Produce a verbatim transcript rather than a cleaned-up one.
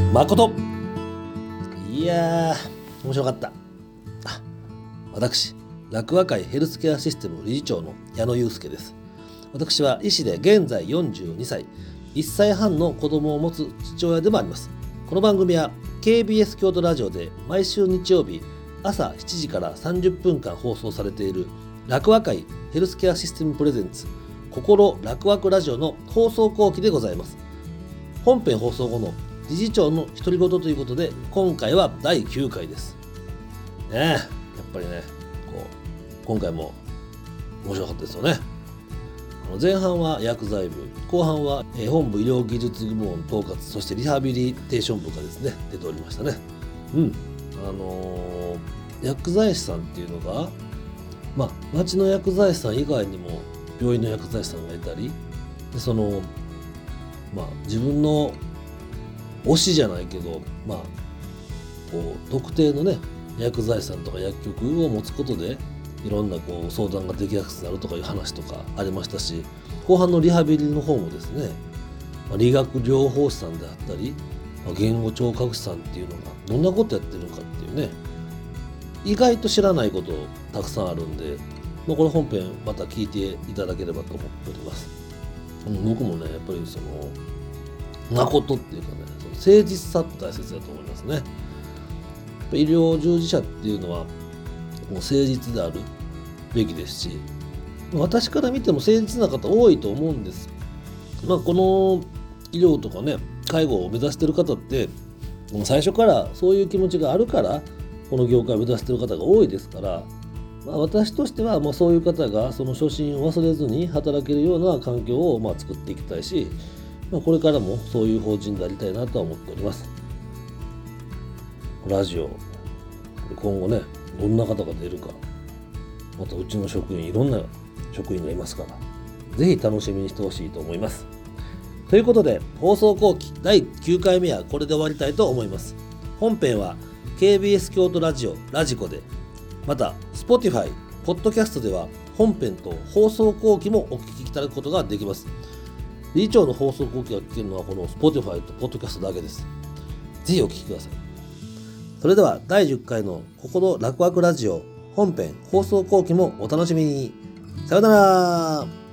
誠。いやー面白かった。あ私楽和会ヘルスケアシステム理事長の矢野祐介です。私は医師で現在よんじゅうにさい、いっさいはんの子供を持つ父親でもあります。この番組は ケービーエス 京都ラジオで毎週日曜日朝しちじからさんじゅっぷんかん放送されている楽和会ヘルスケアシステムプレゼンツ心楽和ラジオの放送後期でございます。本編放送後の理事長の独り言ということで、今回はだいきゅうかいですね。えやっぱりねこう今回も面白かったですよね。前半は薬剤部、後半は本部医療技術部門統括、そしてリハビリテーション部がですね出ておりましたね。うんあのー、薬剤師さんっていうのがまあ町の薬剤師さん以外にも病院の薬剤師さんがいたりで、そのまあ自分の推しじゃないけど、まあこう特定のね薬剤師さんとか薬局を持つことでいろんなこう相談ができやすくなるとかいう話とかありましたし、後半のリハビリの方もですね、まあ、理学療法士さんであったり、まあ、言語聴覚士さんっていうのがどんなことやってるのかっていうね、意外と知らないことたくさんあるんで、まあ、これ本編また聞いていただければと思っております。うん、僕もねやっぱりその誠っていうかね、その誠実さって大切だと思いますね。医療従事者っていうのはもう誠実であるべきですし、私から見ても誠実な方多いと思うんです。まあ、この医療とかね介護を目指している方って最初からそういう気持ちがあるからこの業界を目指している方が多いですから、まあ、私としてはもうそういう方がその初心を忘れずに働けるような環境をまあ作っていきたいし、まあ、これからもそういう法人でありたいなとは思っております。ラジオ今後ねどんな方が出るか、またうちの職員いろんな職員がいますから、ぜひ楽しみにしてほしいと思います。ということで放送後期だいきゅうかいめはこれで終わりたいと思います。本編は ケービーエス 京都ラジオラジコで、また Spotify、ポッドキャストでは本編と放送後期もお聞きいただくことができます。理事長の放送後期が聞けるのはこの Spotify とポッドキャストだけです。ぜひお聞きください。それではだいじゅっかいの心楽和ラジオ本編放送後期もお楽しみに。さようなら。